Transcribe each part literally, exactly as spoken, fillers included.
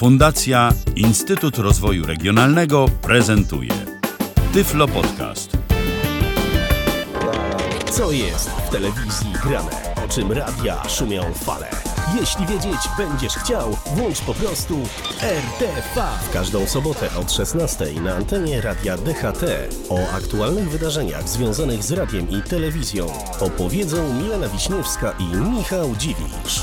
Fundacja Instytut Rozwoju Regionalnego prezentuje Tyflo Podcast. Co jest w telewizji grane? O czym radia szumią fale? Jeśli wiedzieć będziesz chciał, włącz po prostu R T V. W każdą sobotę od szesnastej na antenie Radia D H T o aktualnych wydarzeniach związanych z radiem i telewizją opowiedzą Milena Wiśniewska i Michał Dziwisz.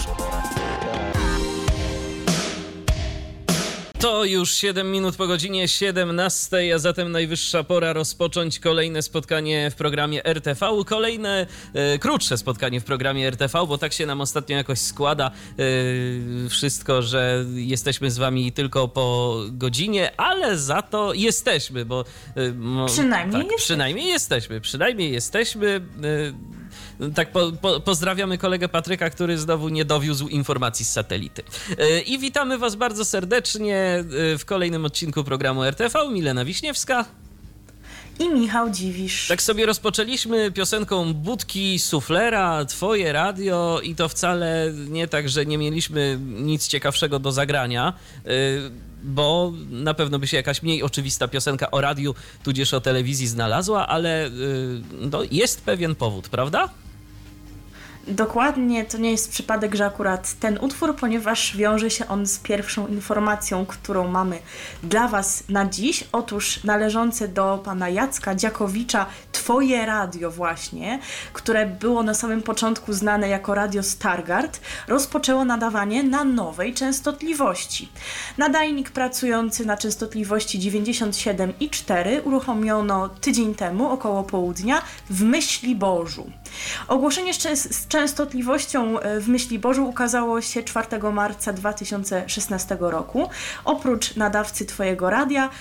To już siedem minut po godzinie siedemnastej, a zatem najwyższa pora rozpocząć kolejne spotkanie w programie R T V. Kolejne e, krótsze spotkanie w programie R T V, bo tak się nam ostatnio jakoś składa e, wszystko, że jesteśmy z wami tylko po godzinie, ale za to jesteśmy, bo... E, mo, przynajmniej tak, jesteśmy. Przynajmniej jesteśmy, przynajmniej jesteśmy... E, Tak, po, po, pozdrawiamy kolegę Patryka, który znowu nie dowiózł informacji z satelity. Yy, I witamy was bardzo serdecznie yy, w kolejnym odcinku programu R T V. Milena Wiśniewska i Michał Dziwisz. Tak sobie rozpoczęliśmy piosenką Budki Suflera, Twoje radio, i to wcale nie tak, że nie mieliśmy nic ciekawszego do zagrania, yy, bo na pewno by się jakaś mniej oczywista piosenka o radiu, tudzież o telewizji znalazła, ale yy, no, jest pewien powód, prawda? Dokładnie, to nie jest przypadek, że akurat ten utwór, ponieważ wiąże się on z pierwszą informacją, którą mamy dla was na dziś. Otóż należące do pana Jacka Dziakowicza Twoje radio właśnie, które było na samym początku znane jako Radio Stargard, rozpoczęło nadawanie na nowej częstotliwości. Nadajnik pracujący na częstotliwości dziewięćdziesiąt siedem i cztery uruchomiono tydzień temu, około południa, w Myśliborzu. Ogłoszenie z częstotliwością w Myśliborzu ukazało się czwartego marca dwa tysiące szesnastego roku. Oprócz nadawcy Twojego radia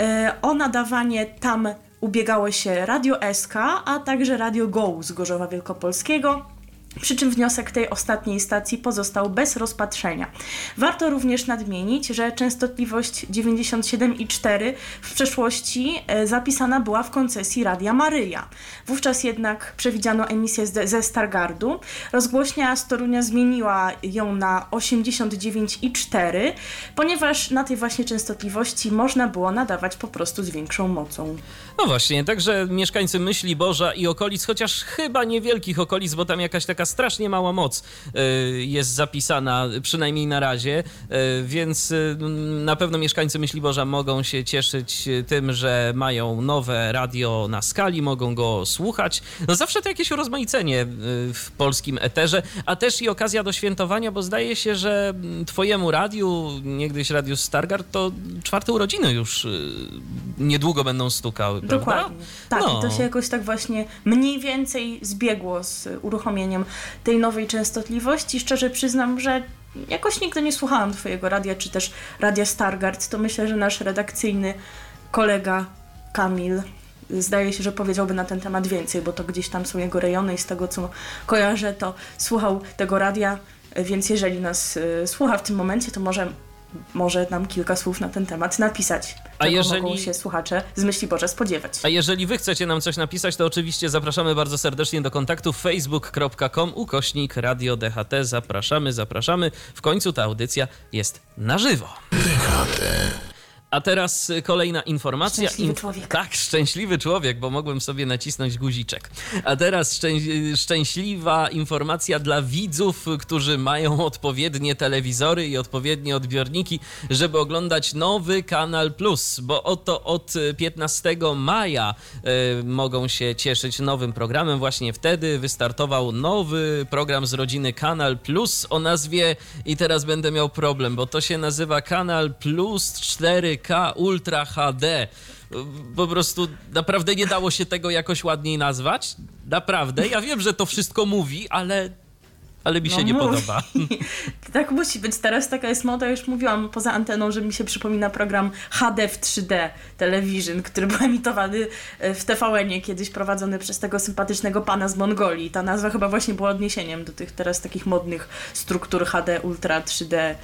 o nadawanie tam ubiegało się Radio S K, a także Radio Go z Gorzowa Wielkopolskiego. Przy czym wniosek tej ostatniej stacji pozostał bez rozpatrzenia. Warto również nadmienić, że częstotliwość dziewięćdziesiąt siedem i cztery w przeszłości zapisana była w koncesji Radia Maryja. Wówczas jednak przewidziano emisję ze Stargardu. Rozgłośnia z Torunia zmieniła ją na osiemdziesiąt dziewięć i cztery, ponieważ na tej właśnie częstotliwości można było nadawać po prostu z większą mocą. No właśnie, także mieszkańcy Myśliborza i okolic, chociaż chyba niewielkich okolic, bo tam jakaś taka strasznie mała moc y, jest zapisana, przynajmniej na razie, y, więc y, na pewno mieszkańcy Myśliborza mogą się cieszyć tym, że mają nowe radio na skali, mogą go słuchać. No zawsze to jakieś urozmaicenie y, w polskim eterze, a też i okazja do świętowania, bo zdaje się, że twojemu radiu, niegdyś Radiu Stargard, to czwarte urodziny już y, niedługo będą stukały, prawda? Dokładnie. Tak, no. I to się jakoś tak właśnie mniej więcej zbiegło z uruchomieniem tej nowej częstotliwości. Szczerze przyznam, że jakoś nigdy nie słuchałam Twojego radia, czy też Radia Stargard. To myślę, że nasz redakcyjny kolega Kamil zdaje się, że powiedziałby na ten temat więcej, bo to gdzieś tam są jego rejony i z tego, co kojarzę, to słuchał tego radia, więc jeżeli nas y, słucha w tym momencie, to może może nam kilka słów na ten temat napisać. A czego jeżeli... mogą się słuchacze z Myśliborza spodziewać. A jeżeli wy chcecie nam coś napisać, to oczywiście zapraszamy bardzo serdecznie do kontaktu facebook kropka com ukośnik Radio D H T. Zapraszamy, zapraszamy. W końcu ta audycja jest na żywo. D H T. A teraz kolejna informacja. Szczęśliwy człowiek. Tak, szczęśliwy człowiek, bo mogłem sobie nacisnąć guziczek. A teraz szczę- szczęśliwa informacja dla widzów, którzy mają odpowiednie telewizory i odpowiednie odbiorniki, żeby oglądać nowy Kanal Plus, bo oto od piętnastego maja y, mogą się cieszyć nowym programem. Właśnie wtedy wystartował nowy program z rodziny Kanal Plus o nazwie, i teraz będę miał problem, bo to się nazywa Kanal Plus cztery K Ultra H D. Po prostu naprawdę nie dało się tego jakoś ładniej nazwać. Naprawdę. Ja wiem, że to wszystko mówi, ale, ale mi się no nie mówi. podoba. Tak musi być. Teraz taka jest moda. Już mówiłam poza anteną, że mi się przypomina program H D w trzy D Television, który był emitowany w T V N-ie, kiedyś prowadzony przez tego sympatycznego pana z Mongolii. Ta nazwa chyba właśnie była odniesieniem do tych teraz takich modnych struktur H D, Ultra, trzy D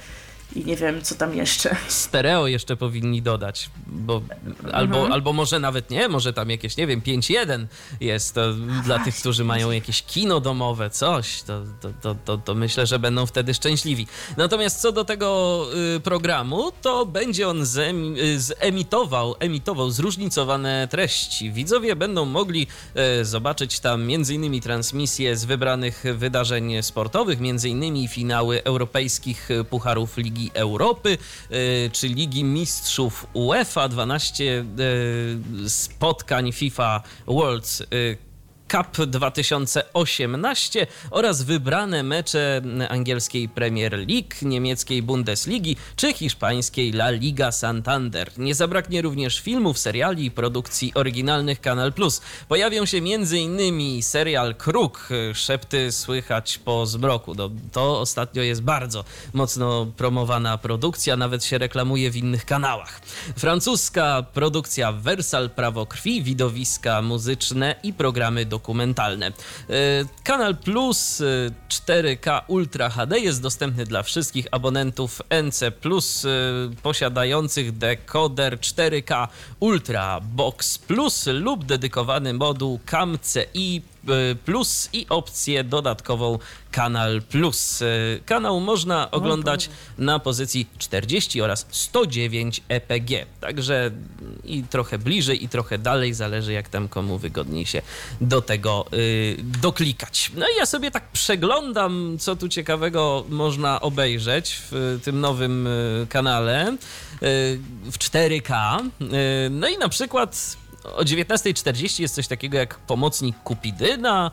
i nie wiem, co tam jeszcze. Stereo jeszcze powinni dodać, bo albo, mhm. albo może nawet nie, może tam jakieś, nie wiem, pięć jeden jest to dla tych, którzy mają jakieś kino domowe, coś, to, to, to, to, to myślę, że będą wtedy szczęśliwi. Natomiast co do tego y, programu, to będzie on zem, y, zemitował, emitował zróżnicowane treści. Widzowie będą mogli y, zobaczyć tam między innymi transmisje z wybranych wydarzeń sportowych, między innymi finały europejskich pucharów Ligi Europy, y, czy Ligi Mistrzów UEFA, dwanaście y, spotkań FIFA World y, Cup dwa tysiące osiemnaście oraz wybrane mecze angielskiej Premier League, niemieckiej Bundesligi czy hiszpańskiej La Liga Santander. Nie zabraknie również filmów, seriali i produkcji oryginalnych Kanal Plus. Pojawią się między innymi serial Kruk, Szepty słychać po zmroku. No, to ostatnio jest bardzo mocno promowana produkcja, nawet się reklamuje w innych kanałach. Francuska produkcja Wersal, Prawo krwi, widowiska muzyczne i programy do dokumentalne. Kanal Plus cztery K Ultra H D jest dostępny dla wszystkich abonentów N C plus posiadających dekoder cztery K Ultra Box Plus lub dedykowany moduł Cam C I Plus i opcję dodatkową Kanal Plus. Kanał można oglądać na pozycji czterdzieści oraz sto dziewięć E P G. Także i trochę bliżej, i trochę dalej, zależy jak tam komu wygodniej się do tego yy, doklikać. No i ja sobie tak przeglądam, co tu ciekawego można obejrzeć w tym nowym yy, kanale yy, w cztery K. Yy, no i na przykład o dziewiętnasta czterdzieści jest coś takiego jak Pomocnik Kupidyna.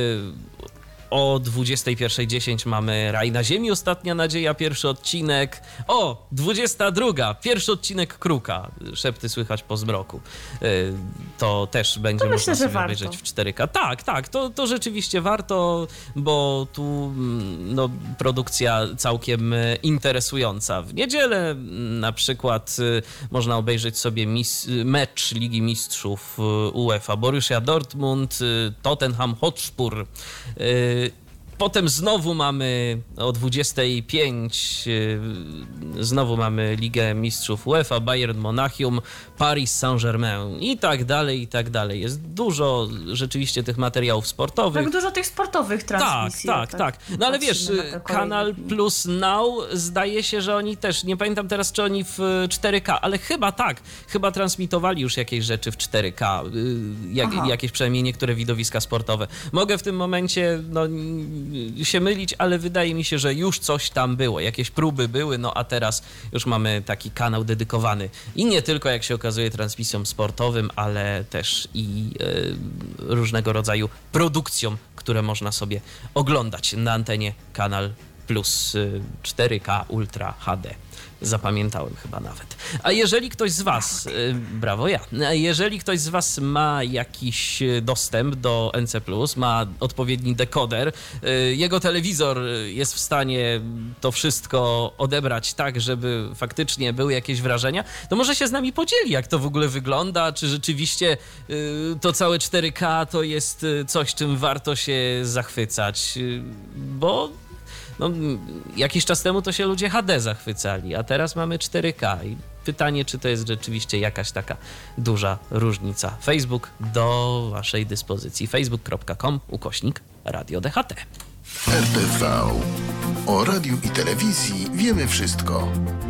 O dwudziesta pierwsza dziesięć mamy Raj na ziemi, Ostatnia nadzieja, pierwszy odcinek. O, dwudziesta druga, pierwszy odcinek Kruka, Szepty słychać po zmroku. To też będzie to można myślę, sobie obejrzeć w cztery K. Tak, tak, to, to rzeczywiście warto, bo tu no, produkcja całkiem interesująca. W niedzielę na przykład można obejrzeć sobie mis- mecz Ligi Mistrzów UEFA. Borussia Dortmund, Tottenham Hotspur. Potem znowu mamy o dwudziesta pięć, znowu mamy Ligę Mistrzów UEFA, Bayern Monachium, Paris Saint-Germain i tak dalej, i tak dalej. Jest dużo rzeczywiście tych materiałów sportowych. Tak, dużo tych sportowych transmisji. Tak, tak, tak. No ale wiesz, Kanal Plus Now, zdaje się, że oni też, nie pamiętam teraz, czy oni w cztery K, ale chyba tak, chyba transmitowali już jakieś rzeczy w cztery K, jak, jakieś przynajmniej niektóre widowiska sportowe. Mogę w tym momencie, no, się mylić, ale wydaje mi się, że już coś tam było, jakieś próby były, no a teraz już mamy taki kanał dedykowany i nie tylko, jak się okazuje, transmisjom sportowym, ale też i e, różnego rodzaju produkcjom, które można sobie oglądać na antenie Kanal Plus cztery K Ultra H D. Zapamiętałem chyba nawet. A jeżeli ktoś z was, brawo ja, a jeżeli ktoś z was ma jakiś dostęp do N C plus, ma odpowiedni dekoder, jego telewizor jest w stanie to wszystko odebrać tak, żeby faktycznie były jakieś wrażenia, to może się z nami podzieli, jak to w ogóle wygląda, czy rzeczywiście to całe cztery K to jest coś, czym warto się zachwycać, bo no, jakiś czas temu to się ludzie H D zachwycali, a teraz mamy cztery K i pytanie, czy to jest rzeczywiście jakaś taka duża różnica. Facebook do waszej dyspozycji. facebook kropka com ukośnik Radio D H T. R T V. O radiu i telewizji wiemy wszystko.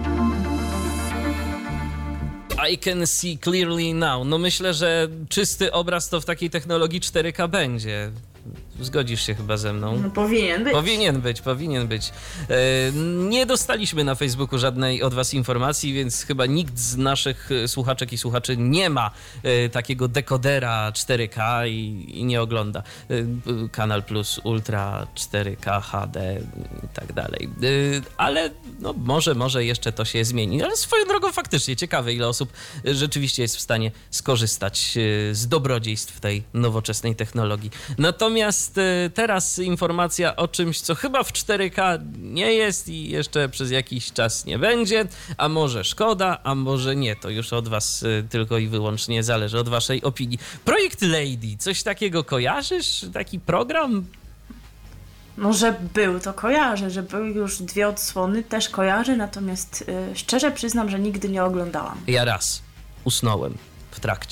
I can see clearly now. No myślę, że czysty obraz to w takiej technologii cztery K będzie. Zgodzisz się chyba ze mną? No, powinien być. Powinien być, powinien być. E, nie dostaliśmy na Facebooku żadnej od was informacji, więc chyba nikt z naszych słuchaczek i słuchaczy nie ma e, takiego dekodera cztery K i, i nie ogląda. E, Kanal Plus Ultra cztery K H D i tak dalej. E, ale no, może, może jeszcze to się zmieni. Ale swoją drogą faktycznie ciekawe, ile osób rzeczywiście jest w stanie skorzystać z dobrodziejstw tej nowoczesnej technologii. Natomiast teraz informacja o czymś, co chyba w cztery K nie jest i jeszcze przez jakiś czas nie będzie, a może szkoda, a może nie. To już od was tylko i wyłącznie zależy, od waszej opinii. Projekt Lady, coś takiego kojarzysz? Taki program? No, że był, to kojarzę, że były już dwie odsłony, też kojarzę, natomiast y, szczerze przyznam, że nigdy nie oglądałam. Ja raz usnąłem w trakcie.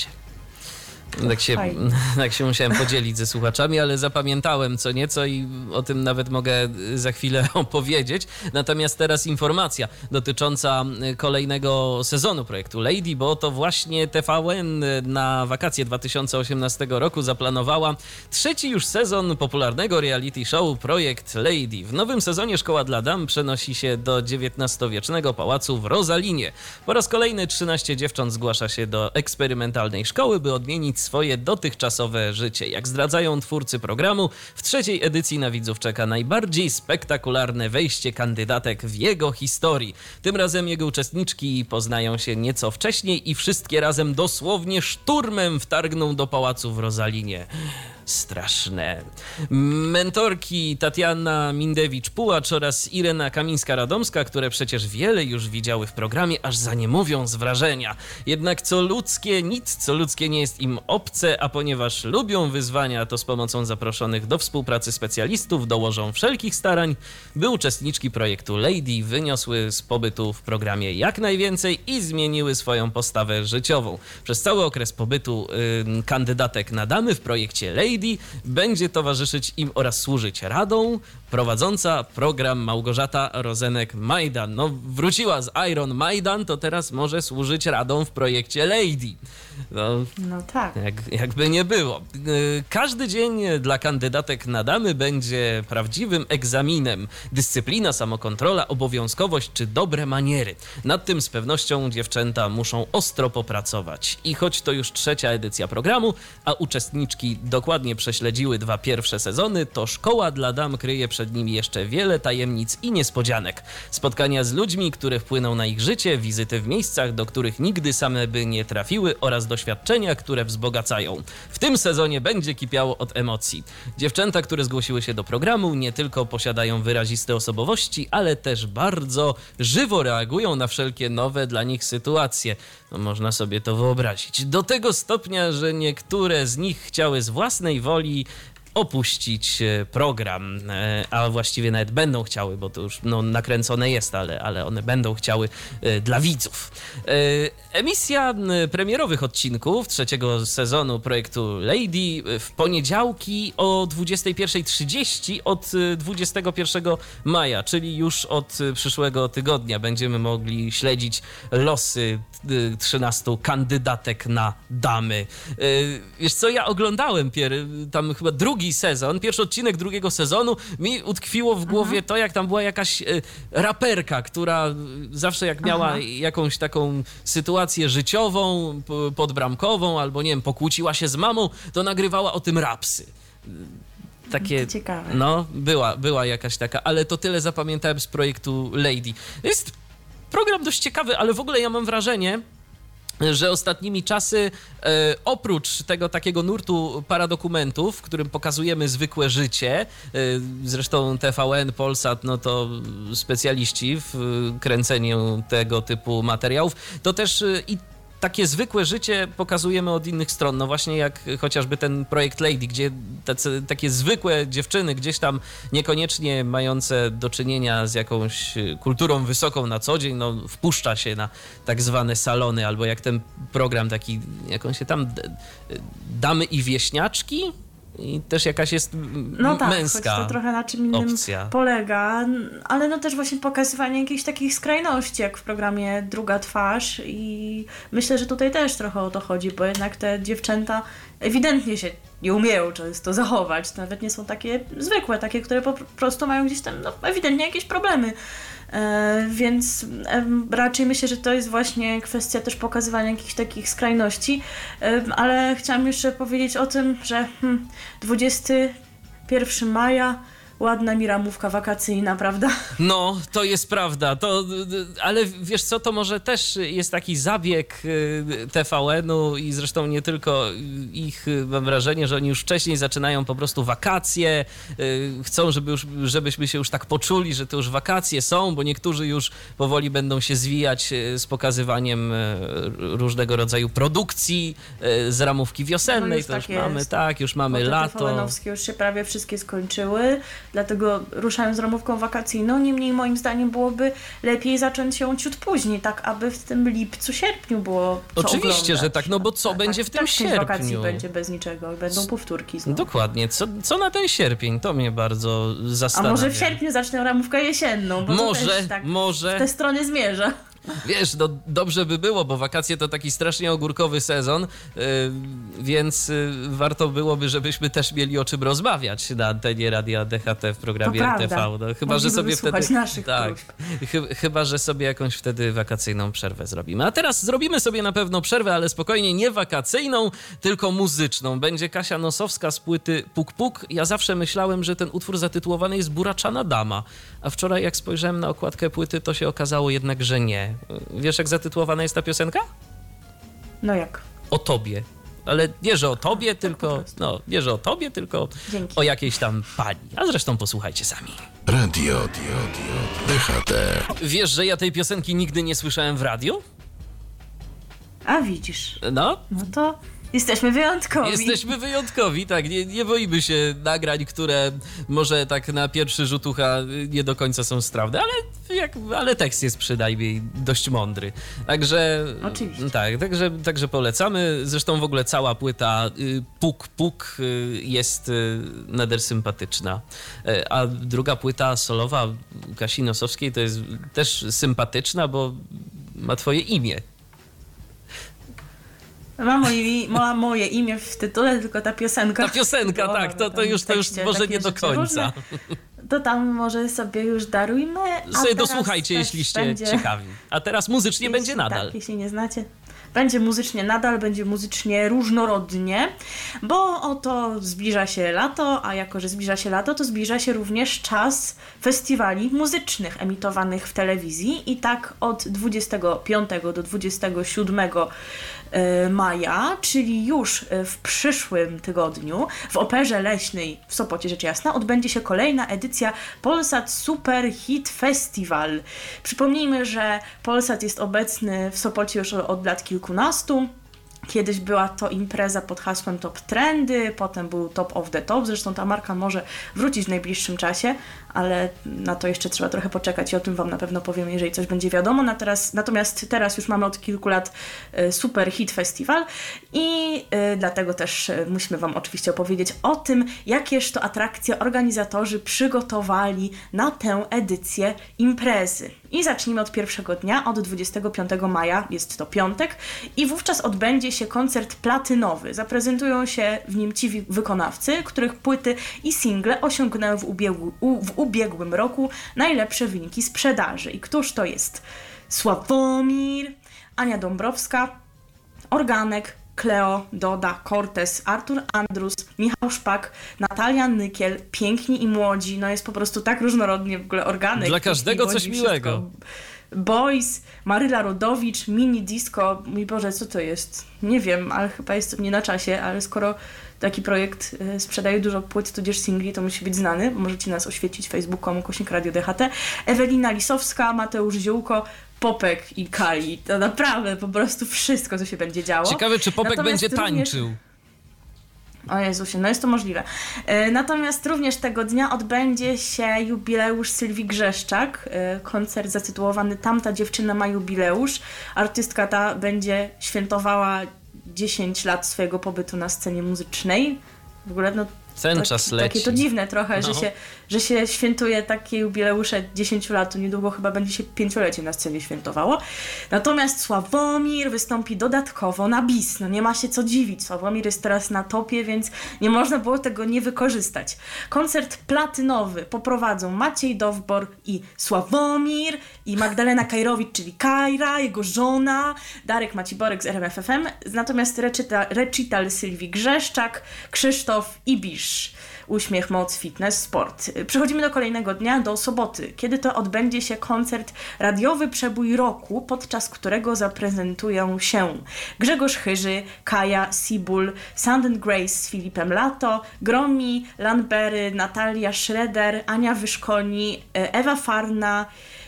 Tak się, Fajnie. tak się musiałem podzielić ze słuchaczami, ale zapamiętałem co nieco i o tym nawet mogę za chwilę opowiedzieć. Natomiast teraz informacja dotycząca kolejnego sezonu projektu Lady, bo to właśnie T V N na wakacje dwa tysiące osiemnastego roku zaplanowała trzeci już sezon popularnego reality show Projekt Lady. W nowym sezonie Szkoła dla Dam przenosi się do dziewiętnastowiecznego pałacu w Rosalinie. Po raz kolejny trzynaście dziewcząt zgłasza się do eksperymentalnej szkoły, by odmienić swoje dotychczasowe życie. Jak zdradzają twórcy programu, w trzeciej edycji na widzów czeka najbardziej spektakularne wejście kandydatek w jego historii. Tym razem jego uczestniczki poznają się nieco wcześniej i wszystkie razem dosłownie szturmem wtargną do pałacu w Rosalinie. Straszne. Mentorki Tatiana Mindewicz-Pułacz oraz Irena Kamińska-Radomska, które przecież wiele już widziały w programie, aż zaniemówią z wrażenia. Jednak co ludzkie, nic co ludzkie nie jest im obce, a ponieważ lubią wyzwania, to z pomocą zaproszonych do współpracy specjalistów dołożą wszelkich starań, by uczestniczki projektu Lady wyniosły z pobytu w programie jak najwięcej i zmieniły swoją postawę życiową. Przez cały okres pobytu yy, kandydatek na damy w projekcie Lady będzie towarzyszyć im oraz służyć radą prowadząca program Małgorzata Rozenek-Majdan. No, wróciła z Iron Majdan, to teraz może służyć radą w projekcie Lady. No, No tak. jak, jakby nie było. Każdy dzień dla kandydatek na damy będzie prawdziwym egzaminem. Dyscyplina, samokontrola, obowiązkowość czy dobre maniery. Nad tym z pewnością dziewczęta muszą ostro popracować. I choć to już trzecia edycja programu, a uczestniczki dokładnie prześledziły dwa pierwsze sezony, to Szkoła dla Dam kryje przed nimi jeszcze wiele tajemnic i niespodzianek. Spotkania z ludźmi, które wpłyną na ich życie, wizyty w miejscach, do których nigdy same by nie trafiły oraz doświadczenia, które wzbogacają. W tym sezonie będzie kipiało od emocji. Dziewczęta, które zgłosiły się do programu, nie tylko posiadają wyraziste osobowości, ale też bardzo żywo reagują na wszelkie nowe dla nich sytuacje. No, można sobie to wyobrazić. Do tego stopnia, że niektóre z nich chciały z własnej woli opuścić program, a właściwie nawet będą chciały, bo to już no, nakręcone jest, ale, ale one będą chciały dla widzów. Emisja premierowych odcinków trzeciego sezonu projektu Lady w poniedziałki o dwudziestej pierwszej trzydzieści od dwudziestego pierwszego maja, czyli już od przyszłego tygodnia będziemy mogli śledzić losy trzynastu kandydatek na damy. Wiesz co, ja oglądałem pier- tam chyba drugi sezon, pierwszy odcinek drugiego sezonu, mi utkwiło w głowie Aha. to, jak tam była jakaś y, raperka, która zawsze jak miała Aha. jakąś taką sytuację życiową, p- podbramkową, albo nie wiem, pokłóciła się z mamą, to nagrywała o tym rapsy. Takie, ciekawe. No, była, była jakaś taka, ale to tyle zapamiętałem z projektu Lady. Jest program dość ciekawy, ale w ogóle ja mam wrażenie, że ostatnimi czasy e, oprócz tego takiego nurtu paradokumentów, w którym pokazujemy zwykłe życie, e, zresztą T V N, Polsat, no to specjaliści w e, kręceniu tego typu materiałów, to też e, i takie zwykłe życie pokazujemy od innych stron, no właśnie jak chociażby ten projekt Lady, gdzie tacy, takie zwykłe dziewczyny gdzieś tam niekoniecznie mające do czynienia z jakąś kulturą wysoką na co dzień, no wpuszcza się na tak zwane salony, albo jak ten program taki, jak on się tam, Damy i Wieśniaczki? I też jakaś jest m- no tak, męska choć to trochę na czym innym opcja. polega, ale no też właśnie pokazywanie jakichś takich skrajności, jak w programie Druga Twarz i myślę, że tutaj też trochę o to chodzi, bo jednak te dziewczęta ewidentnie się nie umieją często zachować, to nawet nie są takie zwykłe, takie, które po prostu mają gdzieś tam no, ewidentnie jakieś problemy. E, więc e, raczej myślę, że to jest właśnie kwestia też pokazywania jakichś takich skrajności, e, ale chciałam jeszcze powiedzieć o tym, że hmm, dwudziestego pierwszego maja ładna mi ramówka wakacyjna, prawda? No, to jest prawda, to, ale wiesz co, to może też jest taki zabieg T V N-u i zresztą nie tylko ich, mam wrażenie, że oni już wcześniej zaczynają po prostu wakacje, chcą, żeby już, żebyśmy się już tak poczuli, że to już wakacje są, bo niektórzy już powoli będą się zwijać z pokazywaniem różnego rodzaju produkcji z ramówki wiosennej, no to już tak mamy, jest. tak, już mamy Bo te lato. T V N-owskie już się prawie wszystkie skończyły. dlatego ruszają z ramówką wakacyjną. Niemniej moim zdaniem byłoby lepiej zacząć ją ciut później, tak aby w tym lipcu, sierpniu było co Oczywiście, oglądać. że tak, no bo co tak, będzie tak, w tym tak, sierpniu? wakacji będzie bez niczego, będą powtórki znowu. Dokładnie, co, co na ten sierpień? To mnie bardzo A zastanawia. może w sierpniu zacznę ramówkę jesienną, bo Może, to też tak może. w te strony zmierza. Wiesz, no dobrze by było, bo wakacje to taki strasznie ogórkowy sezon, yy, więc yy, warto byłoby, żebyśmy też mieli o czym rozmawiać na antenie Radia D H T w programie To R T V. prawda. No, chyba, że sobie wysłuchać wtedy naszych tak, chy, chyba, że sobie jakąś wtedy wakacyjną przerwę zrobimy. A teraz zrobimy sobie na pewno przerwę, ale spokojnie, nie wakacyjną, tylko muzyczną. Będzie Kasia Nosowska z płyty Puk Puk. Ja zawsze myślałem, że ten utwór zatytułowany jest Buraczana Dama, a wczoraj jak spojrzałem na okładkę płyty, to się okazało jednak, że nie. Wiesz, jak zatytułowana jest ta piosenka? No jak? O tobie. Ale nie, że o tobie, tylko... No, nie, że o tobie, tylko Dzięki. o jakiejś tam pani. A zresztą posłuchajcie sami. Radio D H T. Wiesz, że ja tej piosenki nigdy nie słyszałem w radiu? A widzisz, No, no to jesteśmy wyjątkowi. jesteśmy wyjątkowi, tak, nie, nie boimy się nagrań, które może tak na pierwszy rzut ucha nie do końca są strawne, ale, jak, ale tekst jest przynajmniej dość mądry. Także, Oczywiście. tak, także, także polecamy. Zresztą w ogóle cała płyta y, Puk Puk y, jest y, nader sympatyczna. Y, a druga płyta solowa Kasi Nosowskiej to jest też sympatyczna, bo ma twoje imię. Ma moje, ma moje imię w tytule, tylko ta piosenka. Ta piosenka, O, tak, to, to tam już, w to już tekście może takie nie do rzeczy końca. różne. To tam może sobie już darujmy. A Sobie teraz dosłuchajcie, też jeśliście będzie, ciekawi. A teraz muzycznie jeśli, będzie nadal. Tak, jeśli nie znacie. Będzie muzycznie nadal, będzie muzycznie różnorodnie, bo oto zbliża się lato, a jako, że zbliża się lato, to zbliża się również czas festiwali muzycznych emitowanych w telewizji i tak od dwudziestego piątego do dwudziestego siódmego maja, czyli już w przyszłym tygodniu w Operze Leśnej w Sopocie, rzecz jasna, odbędzie się kolejna edycja Polsat Super Hit Festival. Przypomnijmy, że Polsat jest obecny w Sopocie już od lat kilkunastu. Kiedyś była to impreza pod hasłem Top Trendy, potem był Top of the Top, zresztą ta marka może wrócić w najbliższym czasie, ale na to jeszcze trzeba trochę poczekać i o tym Wam na pewno powiem, jeżeli coś będzie wiadomo. Na teraz, natomiast teraz już mamy od kilku lat Super Hit Festival i y, dlatego też musimy Wam oczywiście opowiedzieć o tym, jakież to atrakcje organizatorzy przygotowali na tę edycję imprezy. I zacznijmy od pierwszego dnia, od dwudziestego piątego maja, jest to piątek, i wówczas odbędzie się koncert platynowy. Zaprezentują się w nim ci wykonawcy, których płyty i single osiągnęły w, ubiegu, u, w ubiegłym roku najlepsze wyniki sprzedaży. I któż to jest? Sławomir, Ania Dąbrowska, Organek, Kleo, Doda, Cortez, Artur Andrus, Michał Szpak, Natalia Nykiel, piękni i młodzi, no jest po prostu tak różnorodnie w ogóle Organek. Dla każdego Piękni, coś młodzi, miłego. wszystko. Boys, Maryla Rodowicz, Mini Disco, mój Boże, co to jest? Nie wiem, ale chyba jest to nie na czasie, ale skoro taki projekt y, sprzedaje dużo płyt, tudzież singli, to musi być znany, możecie nas oświecić facebookiem, kośnik Radio D H T. Ewelina Lisowska, Mateusz Ziółko, Popek i Kali. To naprawdę po prostu wszystko, co się będzie działo. Ciekawe, czy Popek Natomiast będzie również... tańczył. O Jezusie, no jest to możliwe. E, natomiast również tego dnia odbędzie się jubileusz Sylwii Grzeszczak, e, koncert zatytułowany Tamta dziewczyna ma jubileusz. Artystka ta będzie świętowała dziesięć lat swojego pobytu na scenie muzycznej. W ogóle no Ten tak, czas leci. Takie to dziwne trochę, No. że, się, że się świętuje takie jubileusze dziesięć lat, to niedługo chyba będzie się pięciolecie na scenie świętowało. Natomiast Sławomir wystąpi dodatkowo na bis. No nie ma się co dziwić. Sławomir jest teraz na topie, więc nie można było tego nie wykorzystać. Koncert platynowy poprowadzą Maciej Dowbor i Sławomir i Magdalena Kajrowicz, czyli Kajra, jego żona, Darek Maciborek z R M F F M, natomiast recital, recital Sylwii Grzeszczak, Krzysztof Ibisz. Uśmiech, moc, fitness, sport. Przechodzimy do kolejnego dnia, do soboty, kiedy to odbędzie się koncert Radiowy Przebój Roku, podczas którego zaprezentują się Grzegorz Chyży, Kaja, Sibul, Sand and Grace z Filipem Lato, Gromi, Landberry, Natalia Schroeder, Ania Wyszkoni, Ewa Farna,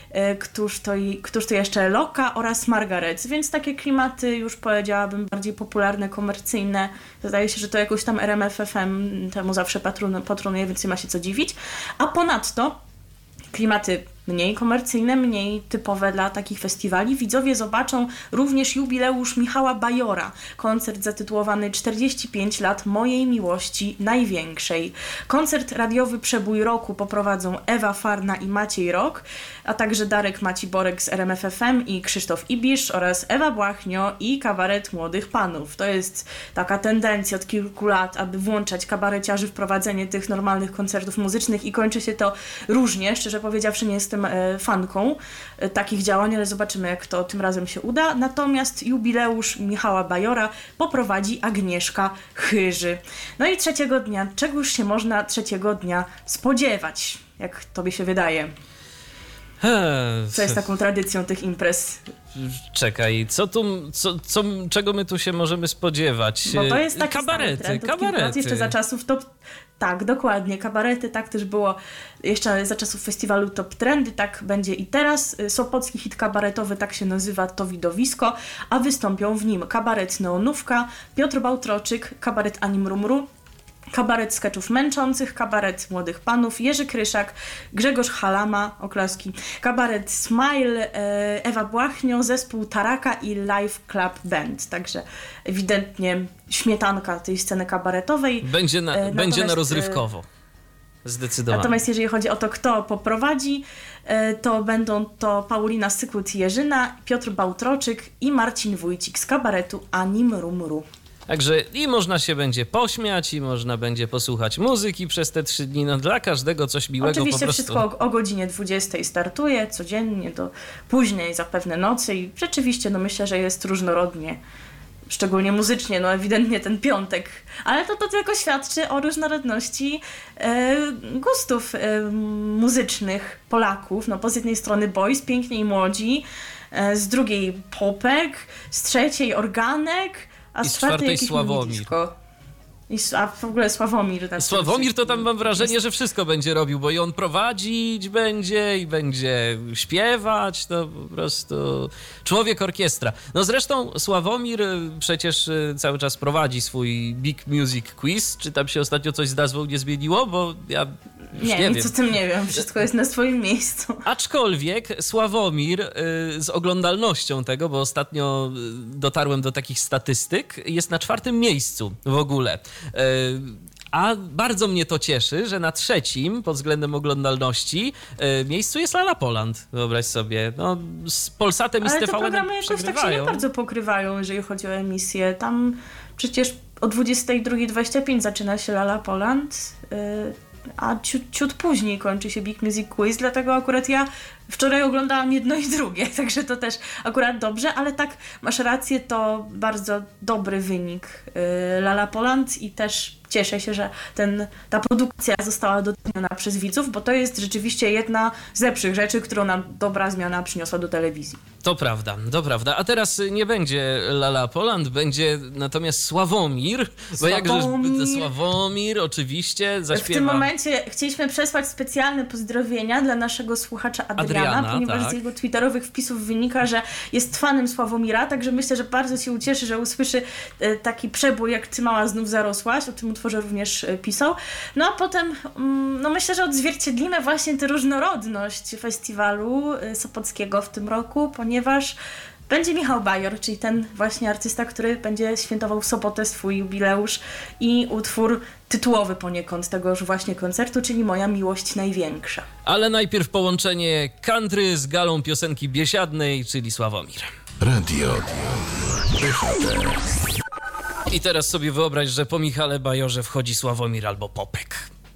Któż to, któż to jeszcze Loka oraz Margaret, więc takie klimaty już powiedziałabym bardziej popularne, komercyjne. Zdaje się, że to jakoś tam R M F F M temu zawsze patron, patronuje, więc nie ma się co dziwić. A ponadto klimaty mniej komercyjne, mniej typowe dla takich festiwali. Widzowie zobaczą również jubileusz Michała Bajora. Koncert zatytułowany czterdzieści pięć lat mojej miłości największej. Koncert radiowy Przebój Roku poprowadzą Ewa Farna i Maciej Rok, a także Darek Maciborek z R M F F M i Krzysztof Ibisz oraz Ewa Błachnio i kabaret Młodych Panów. To jest taka tendencja od kilku lat, aby włączać kabareciarzy w prowadzenie tych normalnych koncertów muzycznych i kończy się to różnie. Szczerze powiedziawszy, nie jestem fanką takich działań, ale zobaczymy, jak to tym razem się uda. Natomiast jubileusz Michała Bajora poprowadzi Agnieszka Chyży. No i trzeciego dnia, czegoż się można trzeciego dnia spodziewać, jak tobie się wydaje? Co jest taką tradycją tych imprez? Czekaj, co tu, co, co, czego my tu się możemy spodziewać? Bo to jest taki kabarety, trend, kabarety. Jeszcze za czasów top... Tak, dokładnie, kabarety, tak też było jeszcze za czasów festiwalu Top Trendy, tak będzie i teraz. Sopocki hit kabaretowy, tak się nazywa to widowisko, a wystąpią w nim kabaret Neonówka, Piotr Bałtroczyk, kabaret Ani Mrumru, kabaret skeczów męczących, kabaret Młodych Panów, Jerzy Kryszak, Grzegorz Halama, oklaski, kabaret Smile, Ewa Błachnio, zespół Taraka i Live Club Band. Także ewidentnie śmietanka tej sceny kabaretowej. Będzie na, Natomiast, będzie na rozrywkowo. Zdecydowanie. Natomiast jeżeli chodzi o to, kto poprowadzi, to będą to Paulina Sykut-Jerzyna, Piotr Bałtroczyk i Marcin Wójcik z kabaretu Ani Mrumru. Także i można się będzie pośmiać, i można będzie posłuchać muzyki przez te trzy dni. No dla każdego coś miłego. Oczywiście po prostu. Wszystko o, o godzinie dwudziestej startuje, codziennie do późnej zapewne nocy i rzeczywiście no myślę, że jest różnorodnie. Szczególnie muzycznie, no ewidentnie ten piątek. Ale to, to tylko świadczy o różnorodności e, gustów e, muzycznych Polaków. No po z jednej strony boys, piękni i młodzi, e, z drugiej popek, z trzeciej organek, a I z z czwartej czwartej jakieś Sławomir. I, a w ogóle Sławomir. Tam Sławomir to tam mam wrażenie, że wszystko będzie robił, bo i on prowadzić będzie i będzie śpiewać, to po prostu człowiek orkiestra. No zresztą Sławomir przecież cały czas prowadzi swój Big Music Quiz. Czy tam się ostatnio coś z nazwą nie zmieniło? Bo ja już nie, nie nic wiem. o tym nie wiem. Wszystko jest na swoim miejscu. Aczkolwiek Sławomir y, z oglądalnością tego, bo ostatnio dotarłem do takich statystyk, jest na czwartym miejscu w ogóle. Y, a bardzo mnie to cieszy, że na trzecim pod względem oglądalności y, miejscu jest Lala Poland. Wyobraź sobie. No, z Polsatem i z Ale T te V N programy jakoś tak się nie bardzo pokrywają, jeżeli chodzi o emisję. Tam przecież o dwudziestej drugiej dwadzieścia pięć zaczyna się Lala Poland, y, a ciut, ciut później kończy się Big Music Quiz, dlatego akurat ja wczoraj oglądałam jedno i drugie, także to też akurat dobrze, ale tak, masz rację, to bardzo dobry wynik y, Lala Poland i też cieszę się, że ten, ta produkcja została doceniona przez widzów, bo to jest rzeczywiście jedna z lepszych rzeczy, którą nam dobra zmiana przyniosła do telewizji. To prawda, to prawda. A teraz nie będzie Lala Poland, będzie natomiast Sławomir. Bo jakże Sławomir oczywiście zaśpiewa. W tym momencie chcieliśmy przesłać specjalne pozdrowienia dla naszego słuchacza Adriana, Adriana ponieważ tak. z jego twitterowych wpisów wynika, że jest fanem Sławomira, także myślę, że bardzo się ucieszy, że usłyszy taki przebój, jak Ty mała znów zarosłaś. O tym utworze również pisał. No a potem, no myślę, że odzwierciedlimy właśnie tę różnorodność festiwalu sopockiego w tym roku, ponieważ będzie Michał Bajor, czyli ten właśnie artysta, który będzie świętował w sobotę swój jubileusz i utwór tytułowy poniekąd tegoż właśnie koncertu, czyli Moja miłość największa. Ale najpierw połączenie country z galą piosenki biesiadnej, czyli Sławomir. Radio. I teraz sobie wyobraź, że po Michale Bajorze wchodzi Sławomir albo Popek.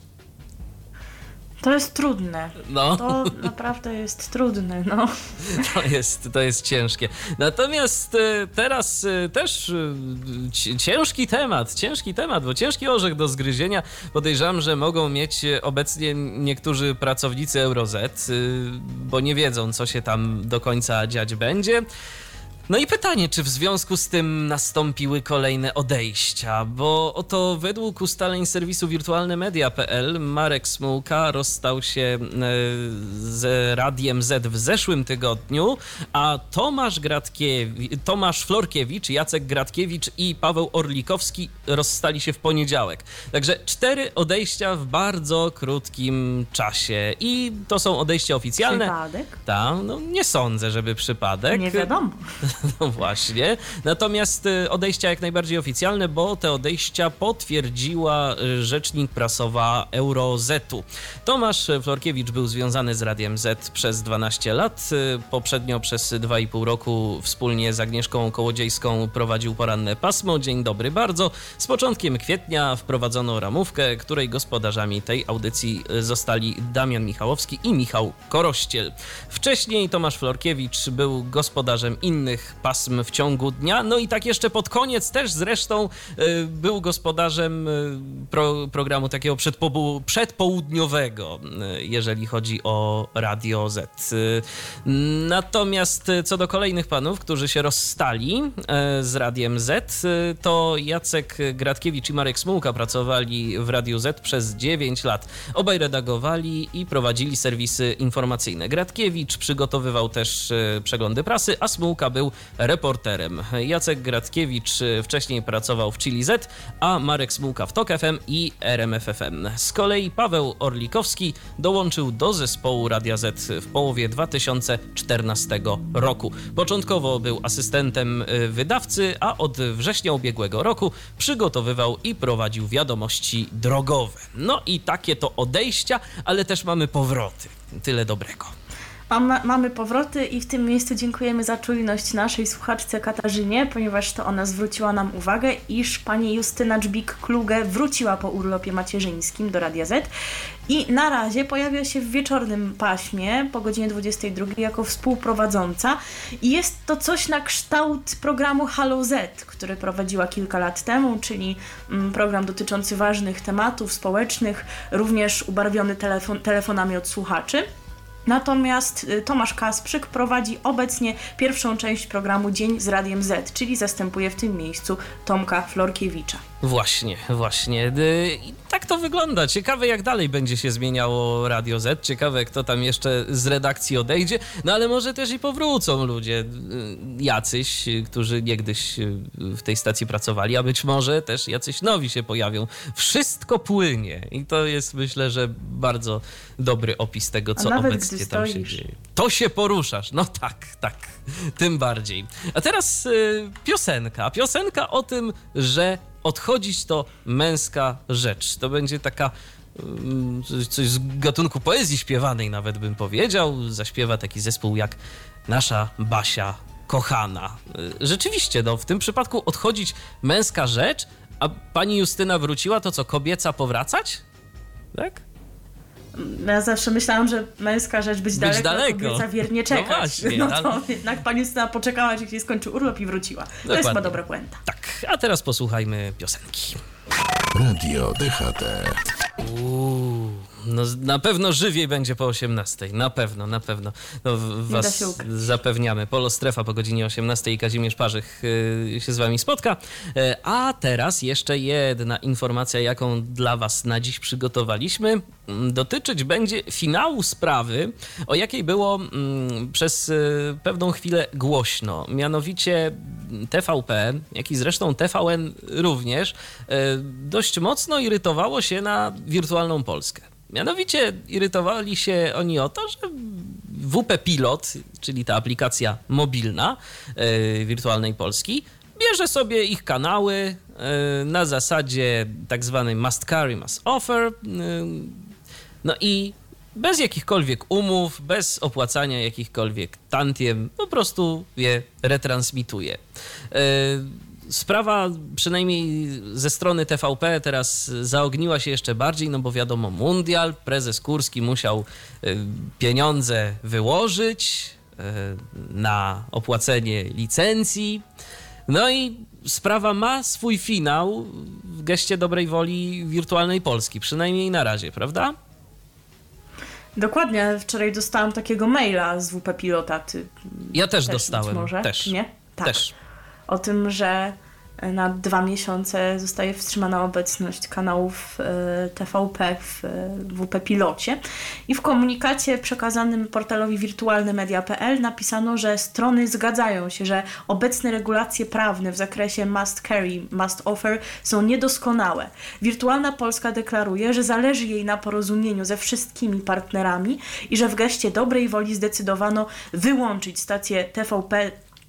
To jest trudne. No. To naprawdę jest trudne, no. To jest, to jest ciężkie. Natomiast teraz też ciężki temat, ciężki temat, bo ciężki orzech do zgryzienia. Podejrzewam, że mogą mieć obecnie niektórzy pracownicy Euro Z, bo nie wiedzą, co się tam do końca dziać będzie. No i pytanie, czy w związku z tym nastąpiły kolejne odejścia, bo oto według ustaleń serwisu wirtualnemedia kropka p l Marek Smułka rozstał się z Radiem Z w zeszłym tygodniu, a Tomasz Gratkiewicz, Tomasz Florkiewicz, Jacek Gratkiewicz i Paweł Orlikowski rozstali się w poniedziałek. Także cztery odejścia w bardzo krótkim czasie i to są odejścia oficjalne. Przypadek? Tak, no nie sądzę, żeby przypadek. Nie wiadomo. No właśnie. Natomiast odejścia jak najbardziej oficjalne, bo te odejścia potwierdziła rzecznik prasowa Eurozetu. Tomasz Florkiewicz był związany z Radiem Z przez dwanaście lat. Poprzednio przez dwa i pół roku wspólnie z Agnieszką Kołodziejską prowadził poranne pasmo Dzień dobry bardzo. Z początkiem kwietnia wprowadzono ramówkę, której gospodarzami tej audycji zostali Damian Michałowski i Michał Korościel. Wcześniej Tomasz Florkiewicz był gospodarzem innych pasm w ciągu dnia. No i tak jeszcze pod koniec też zresztą y, był gospodarzem y, pro, programu takiego przedpobu- przedpołudniowego, y, jeżeli chodzi o Radio Z. Y, natomiast co do kolejnych panów, którzy się rozstali y, z Radiem Z, y, to Jacek Gratkiewicz i Marek Smułka pracowali w Radiu Z przez dziewięć lat. Obaj redagowali i prowadzili serwisy informacyjne. Gratkiewicz przygotowywał też y, przeglądy prasy, a Smułka był reporterem. Jacek Gratkiewicz wcześniej pracował w Chili Z, a Marek Smułka w Tok F M i R M F F M. Z kolei Paweł Orlikowski dołączył do zespołu Radia Z w połowie dwa tysiące czternastego roku. Początkowo był asystentem wydawcy, a od września ubiegłego roku przygotowywał i prowadził wiadomości drogowe. No i takie to odejścia, ale też mamy powroty. Tyle dobrego. Mam, mamy powroty i w tym miejscu dziękujemy za czujność naszej słuchaczce Katarzynie, ponieważ to ona zwróciła nam uwagę, iż pani Justyna Dżbik-Kluge wróciła po urlopie macierzyńskim do Radia Z i na razie pojawia się w wieczornym paśmie po godzinie dwudziestej drugiej jako współprowadząca i jest to coś na kształt programu Halo Z, który prowadziła kilka lat temu, czyli program dotyczący ważnych tematów społecznych, również ubarwiony telefon, telefonami od słuchaczy. Natomiast Tomasz Kasprzyk prowadzi obecnie pierwszą część programu Dzień z Radiem Z, czyli zastępuje w tym miejscu Tomka Florkiewicza. Właśnie, właśnie. I tak to wygląda. Ciekawe, jak dalej będzie się zmieniało Radio Z. Ciekawe, kto tam jeszcze z redakcji odejdzie. No ale może też i powrócą ludzie jacyś, którzy niegdyś w tej stacji pracowali, a być może też jacyś nowi się pojawią. Wszystko płynie i to jest, myślę, że bardzo dobry opis tego, co obecnie tam się dzieje. To się poruszasz. No tak, tak. Tym bardziej. A teraz y, piosenka. Piosenka o tym, że odchodzić to męska rzecz. To będzie taka y, coś z gatunku poezji śpiewanej nawet bym powiedział. Zaśpiewa taki zespół jak Nasza Basia Kochana. Y, rzeczywiście, no w tym przypadku odchodzić męska rzecz, a pani Justyna wróciła, to co, kobieca powracać? Tak? Ja zawsze myślałam, że męska rzecz być, być daleko, daleko. Kobieca wiernie czekać. No właśnie. No to ale... jednak pani Justyna poczekała, aż się skończył urlop i wróciła. To Dokładnie. Jest chyba dobra puenta. Tak, a teraz posłuchajmy piosenki. Radio D H T. Uuu, no na pewno żywiej będzie po osiemnastej. Na pewno, na pewno. No, was zapewniamy. Polo Strefa po godzinie osiemnastej i Kazimierz Parzych yy, się z wami spotka. Yy, a teraz jeszcze jedna informacja, jaką dla was na dziś przygotowaliśmy. Dotyczyć będzie finału sprawy, o jakiej było mm, przez y, pewną chwilę głośno. Mianowicie T V P, jak i zresztą T V N również, y, dość mocno irytowało się na Wirtualną Polskę. Mianowicie irytowali się oni o to, że W P Pilot, czyli ta aplikacja mobilna y, Wirtualnej Polski, bierze sobie ich kanały y, na zasadzie tak zwanej must carry, must offer. Y, no i bez jakichkolwiek umów, bez opłacania jakichkolwiek tantiem, po prostu je retransmituje. Yy, sprawa przynajmniej ze strony T V P teraz zaogniła się jeszcze bardziej, no bo wiadomo, mundial, prezes Kurski musiał yy, pieniądze wyłożyć yy, na opłacenie licencji. No i sprawa ma swój finał w geście dobrej woli Wirtualnej Polski, przynajmniej na razie, prawda? Dokładnie, wczoraj dostałam takiego maila z W P Pilota. Ty ja też, też dostałem, może, też. Nie? Tak. Też. O tym, że na dwa miesiące zostaje wstrzymana obecność kanałów T V P w W P Pilocie. I w komunikacie przekazanym portalowi wirtualne media kropka p l napisano, że strony zgadzają się, że obecne regulacje prawne w zakresie must carry, must offer są niedoskonałe. Wirtualna Polska deklaruje, że zależy jej na porozumieniu ze wszystkimi partnerami i że w geście dobrej woli zdecydowano wyłączyć stację T V P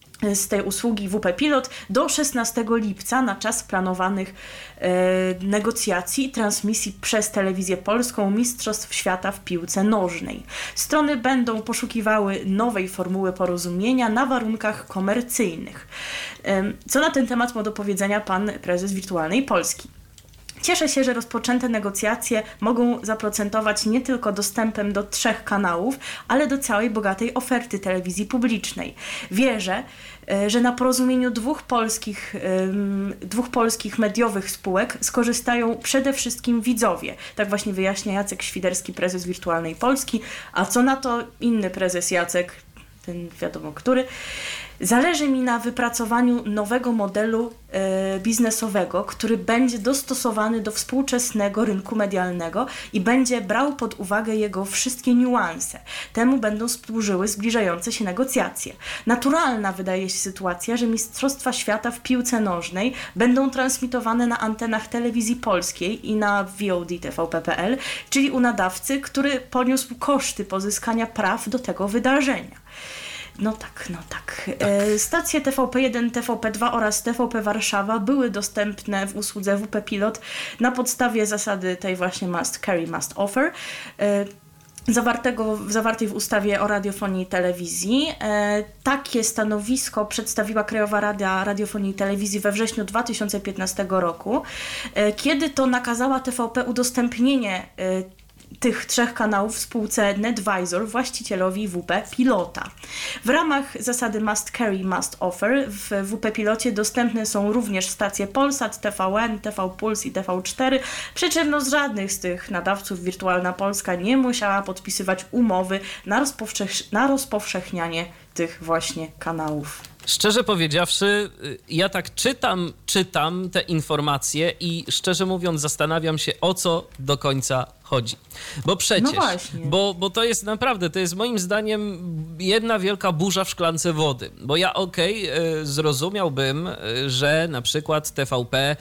z tej usługi W P Pilot do szesnastego lipca na czas planowanych e, negocjacji i transmisji przez Telewizję Polską Mistrzostw Świata w piłce nożnej. Strony będą poszukiwały nowej formuły porozumienia na warunkach komercyjnych. E, co na ten temat ma do powiedzenia pan prezes Wirtualnej Polski? Cieszę się, że rozpoczęte negocjacje mogą zaprocentować nie tylko dostępem do trzech kanałów, ale do całej bogatej oferty telewizji publicznej. Wierzę, że na porozumieniu dwóch polskich, dwóch polskich mediowych spółek skorzystają przede wszystkim widzowie. Tak właśnie wyjaśnia Jacek Świderski, prezes Wirtualnej Polski. A co na to inny prezes Jacek, ten wiadomo który. Zależy mi na wypracowaniu nowego modelu e, biznesowego, który będzie dostosowany do współczesnego rynku medialnego i będzie brał pod uwagę jego wszystkie niuanse. Temu będą służyły zbliżające się negocjacje. Naturalna wydaje się sytuacja, że Mistrzostwa Świata w piłce nożnej będą transmitowane na antenach Telewizji Polskiej i na V O D T V P kropka p l, czyli u nadawcy, który poniósł koszty pozyskania praw do tego wydarzenia. No tak, no tak. tak. E, stacje T V P jeden, T V P dwa oraz T V P Warszawa były dostępne w usłudze W P Pilot na podstawie zasady tej właśnie must carry, must offer. E, Zawartego, zawartej w ustawie o radiofonii i telewizji. E, takie stanowisko przedstawiła Krajowa Rada Radiofonii i Telewizji we wrześniu dwa tysiące piętnastego roku, e, kiedy to nakazała T V P udostępnienie e, tych trzech kanałów w spółce Netvisor właścicielowi W P Pilota. W ramach zasady must carry, must offer w W P Pilocie dostępne są również stacje Polsat, T V N, T V Puls i T V cztery, przy czym no z żadnych z tych nadawców Wirtualna Polska nie musiała podpisywać umowy na, rozpowszech- na rozpowszechnianie tych właśnie kanałów. Szczerze powiedziawszy, ja tak czytam, czytam te informacje i szczerze mówiąc zastanawiam się, o co do końca chodzi. Bo przecież, no właśnie. bo, bo to jest naprawdę, to jest moim zdaniem jedna wielka burza w szklance wody. Bo ja okej, okay, zrozumiałbym, że na przykład T V P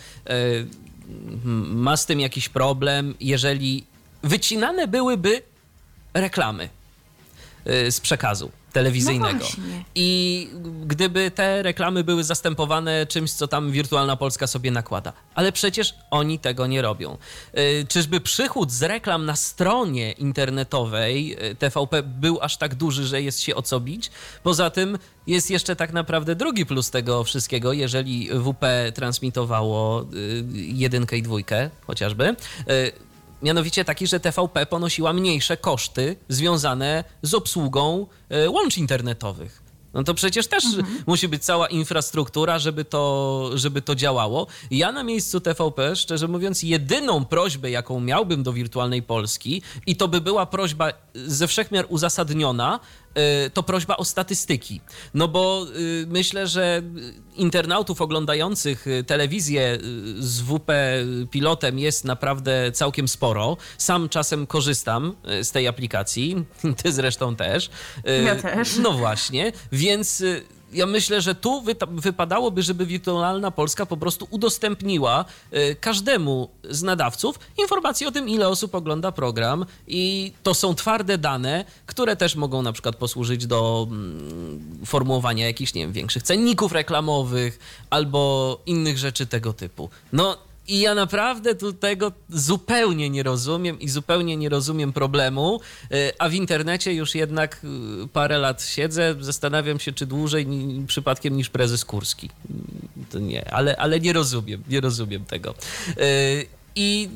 ma z tym jakiś problem, jeżeli wycinane byłyby reklamy z przekazu telewizyjnego. No I gdyby te reklamy były zastępowane czymś, co tam Wirtualna Polska sobie nakłada. Ale przecież oni tego nie robią. Yy, czyżby przychód z reklam na stronie internetowej T V P był aż tak duży, że jest się o co bić? Poza tym jest jeszcze tak naprawdę drugi plus tego wszystkiego, jeżeli W P transmitowało yy, jedynkę i dwójkę chociażby. Yy, Mianowicie taki, że T V P ponosiła mniejsze koszty związane z obsługą y, łączy internetowych. No to przecież też mhm. musi być cała infrastruktura, żeby to, żeby to działało. Ja na miejscu T V P, szczerze mówiąc, jedyną prośbę, jaką miałbym do Wirtualnej Polski, i to by była prośba ze wszechmiar uzasadniona, to prośba o statystyki. No bo myślę, że internautów oglądających telewizję z W P Pilotem jest naprawdę całkiem sporo. Sam czasem korzystam z tej aplikacji, ty zresztą też. Ja też. No właśnie, więc ja myślę, że tu wypadałoby, żeby Wirtualna Polska po prostu udostępniła każdemu z nadawców informację o tym, ile osób ogląda program, i to są twarde dane, które też mogą na przykład posłużyć do formułowania jakichś, nie wiem, większych cenników reklamowych albo innych rzeczy tego typu. No i ja naprawdę tu tego zupełnie nie rozumiem i zupełnie nie rozumiem problemu, a w internecie już jednak parę lat siedzę, zastanawiam się, czy dłużej przypadkiem niż prezes Kurski. To nie, ale, ale nie rozumiem, nie rozumiem tego. I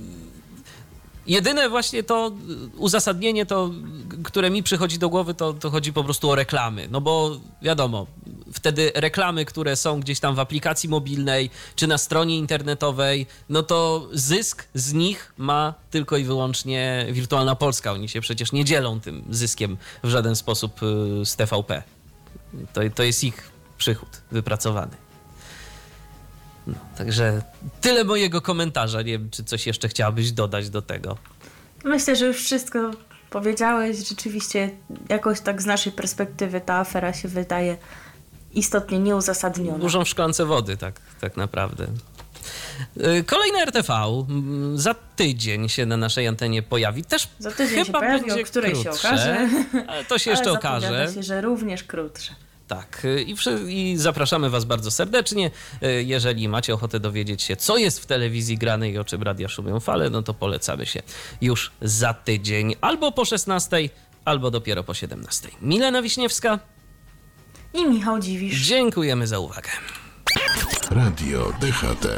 jedyne właśnie to uzasadnienie, to, które mi przychodzi do głowy, to, to chodzi po prostu o reklamy. No bo wiadomo, wtedy reklamy, które są gdzieś tam w aplikacji mobilnej czy na stronie internetowej, no to zysk z nich ma tylko i wyłącznie Wirtualna Polska. Oni się przecież nie dzielą tym zyskiem w żaden sposób z T V P. To, to jest ich przychód wypracowany. No, także tyle mojego komentarza. Nie wiem, czy coś jeszcze chciałabyś dodać do tego. Myślę, że już wszystko powiedziałeś. Rzeczywiście jakoś tak z naszej perspektywy ta afera się wydaje istotnie nieuzasadniona. Burzą w szklance wody, tak, tak naprawdę. Kolejny R T V za tydzień się na naszej antenie pojawi. Też za tydzień chyba się pojawi, będzie o której krótsze, się okaże. Ale to się jeszcze ale okaże. się, że również krótsze. Tak, i, i zapraszamy was bardzo serdecznie. Jeżeli macie ochotę dowiedzieć się, co jest w telewizji grane i o czym Radia Szumią Fale, no to polecamy się już za tydzień. Albo po szesnastej, albo dopiero po siedemnastej. Milena Wiśniewska i Michał Dziwisz. Dziękujemy za uwagę. Radio D H T.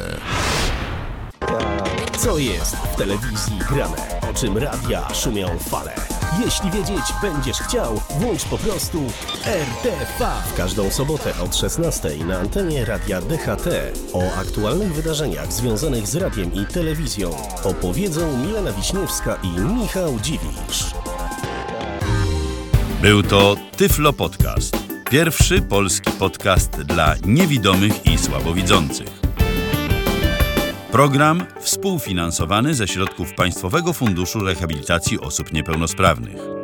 Co jest w telewizji grane? O czym radia szumią fale? Jeśli wiedzieć będziesz chciał, włącz po prostu R T V. W każdą sobotę od szesnastej na antenie Radia D H T o aktualnych wydarzeniach związanych z radiem i telewizją opowiedzą Milena Wiśniewska i Michał Dziwisz. Był to Tyflo Podcast. Pierwszy polski podcast dla niewidomych i słabowidzących. Program współfinansowany ze środków Państwowego Funduszu Rehabilitacji Osób Niepełnosprawnych.